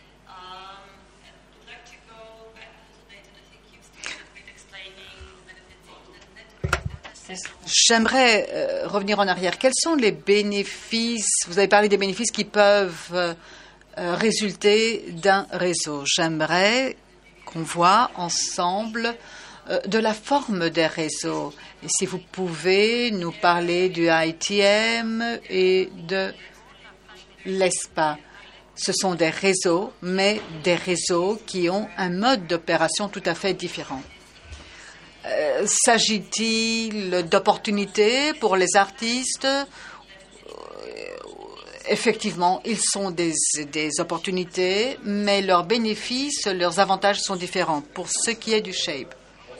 J'aimerais euh, revenir en arrière. Quels sont les bénéfices? Vous avez parlé des bénéfices qui peuvent euh, résulter d'un réseau. J'aimerais qu'on voit ensemble euh, de la forme des réseaux. Et si vous pouvez nous parler du I T M et de l'E S P A. Ce sont des réseaux, mais des réseaux qui ont un mode d'opération tout à fait différent. Euh, S'agit-il d'opportunités pour les artistes? euh, Effectivement, ils sont des, des opportunités, mais leurs bénéfices, leurs avantages sont différents. Pour ce qui est du SHAPE,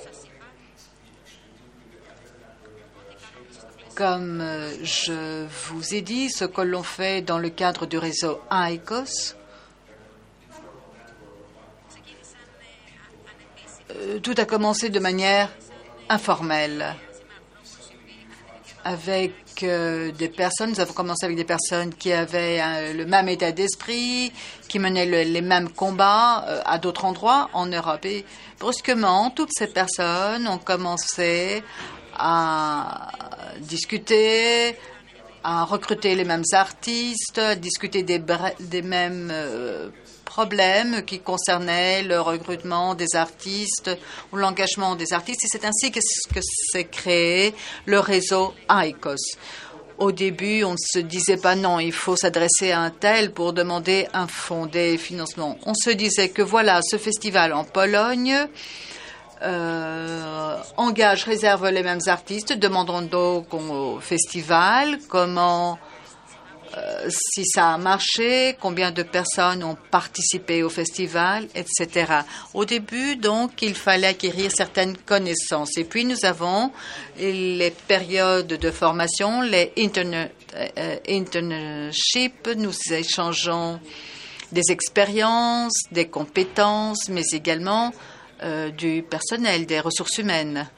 comme je vous ai dit, ce que l'on fait dans le cadre du réseau I C O S, tout a commencé de manière informelle. Avec euh, des personnes, nous avons commencé avec des personnes qui avaient euh, le même état d'esprit, qui menaient le, les mêmes combats euh, à d'autres endroits en Europe. Et brusquement, toutes ces personnes ont commencé à discuter, à recruter les mêmes artistes, à discuter des, des mêmes euh, problèmes qui concernaient le recrutement des artistes ou l'engagement des artistes. Et c'est ainsi que, que s'est créé le réseau I C O S. Au début, on ne se disait pas non, il faut s'adresser à un tel pour demander un fonds, des financements. On se disait que voilà, ce festival en Pologne euh, engage, réserve les mêmes artistes. Demandons donc au festival comment euh, si ça a marché, combien de personnes ont participé au festival, et cetera. Au début, donc, il fallait acquérir certaines connaissances. Et puis, nous avons les périodes de formation, les interne, euh, internships. Nous échangeons des expériences, des compétences, mais également euh, du personnel, des ressources humaines.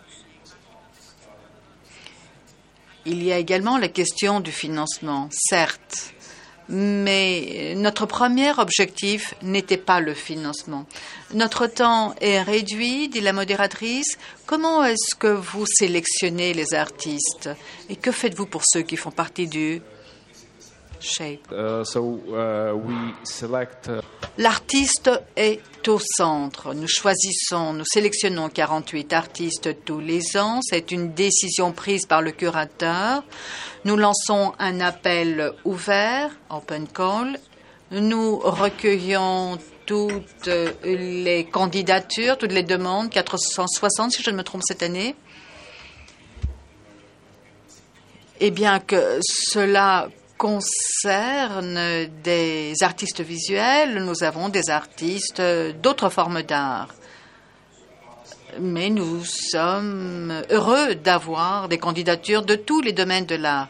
Il y a également la question du financement, certes, mais notre premier objectif n'était pas le financement. Notre temps est réduit, dit la modératrice. Comment est-ce que vous sélectionnez les artistes et que faites-vous pour ceux qui font partie du Shape? Uh, so, uh, we select, uh... L'artiste est au centre. Nous choisissons, nous sélectionnons quarante-huit artistes tous les ans. C'est une décision prise par le curateur. Nous lançons un appel ouvert, open call. Nous recueillons toutes les candidatures, toutes les demandes, quatre cent soixante si je ne me trompe cette année. Et bien que cela concerne des artistes visuels, nous avons des artistes d'autres formes d'art. Mais nous sommes heureux d'avoir des candidatures de tous les domaines de l'art.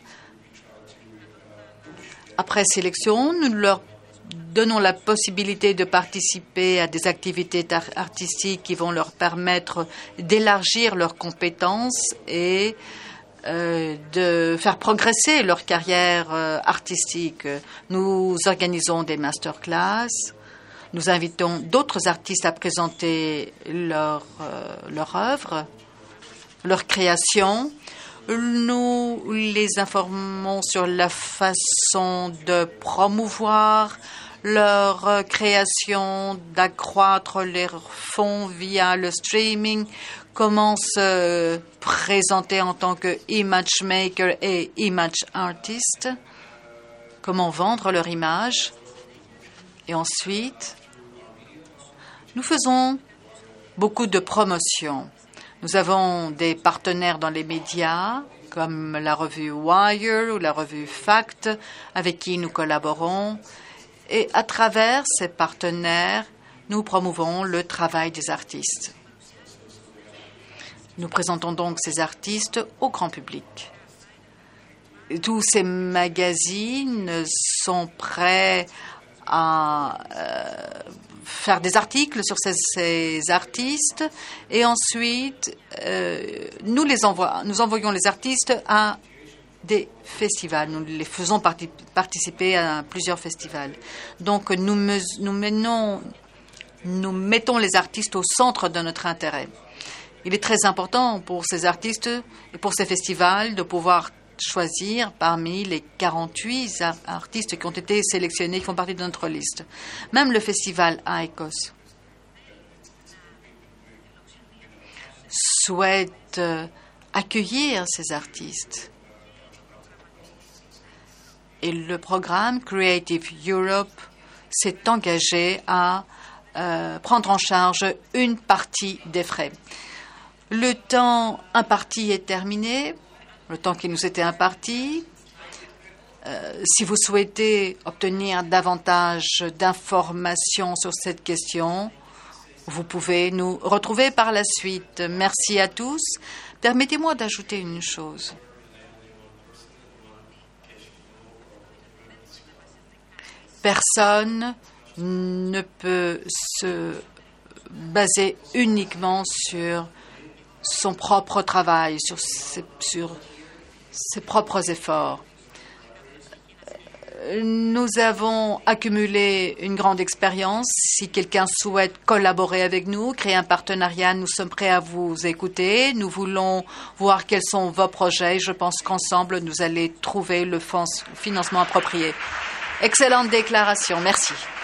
Après sélection, nous leur donnons la possibilité de participer à des activités artistiques qui vont leur permettre d'élargir leurs compétences et Euh, de faire progresser leur carrière euh, artistique. Nous organisons des masterclass. Nous invitons d'autres artistes à présenter leur, euh, leur œuvre, leur création. Nous les informons sur la façon de promouvoir leur création, d'accroître leurs fonds via le streaming, comment se présenter en tant que image maker et image artist, comment vendre leur image. Et ensuite, nous faisons beaucoup de promotion. Nous avons des partenaires dans les médias, comme la revue Wire ou la revue Fact, avec qui nous collaborons. Et à travers ces partenaires, nous promouvons le travail des artistes. Nous présentons donc ces artistes au grand public. Tous ces magazines sont prêts à euh, faire des articles sur ces, ces artistes et ensuite euh, nous les envoie, nous envoyons les artistes à des festivals. Nous les faisons parti, participer à plusieurs festivals. Donc nous, me, nous, menons, nous mettons les artistes au centre de notre intérêt. Il est très important pour ces artistes et pour ces festivals de pouvoir choisir parmi les quarante-huit artistes qui ont été sélectionnés, qui font partie de notre liste. Même le festival I C O S souhaite accueillir ces artistes. Et le programme Creative Europe s'est engagé à euh, prendre en charge une partie des frais. Le temps imparti est terminé, le temps qui nous était imparti. Euh, si vous souhaitez obtenir davantage d'informations sur cette question, vous pouvez nous retrouver par la suite. Merci à tous. Permettez-moi d'ajouter une chose. Personne ne peut se baser uniquement sur son propre travail, sur ses, sur ses propres efforts. Nous avons accumulé une grande expérience. Si quelqu'un souhaite collaborer avec nous, créer un partenariat, nous sommes prêts à vous écouter. Nous voulons voir quels sont vos projets. Je pense qu'ensemble, nous allons trouver le financement approprié. Excellente déclaration. Merci.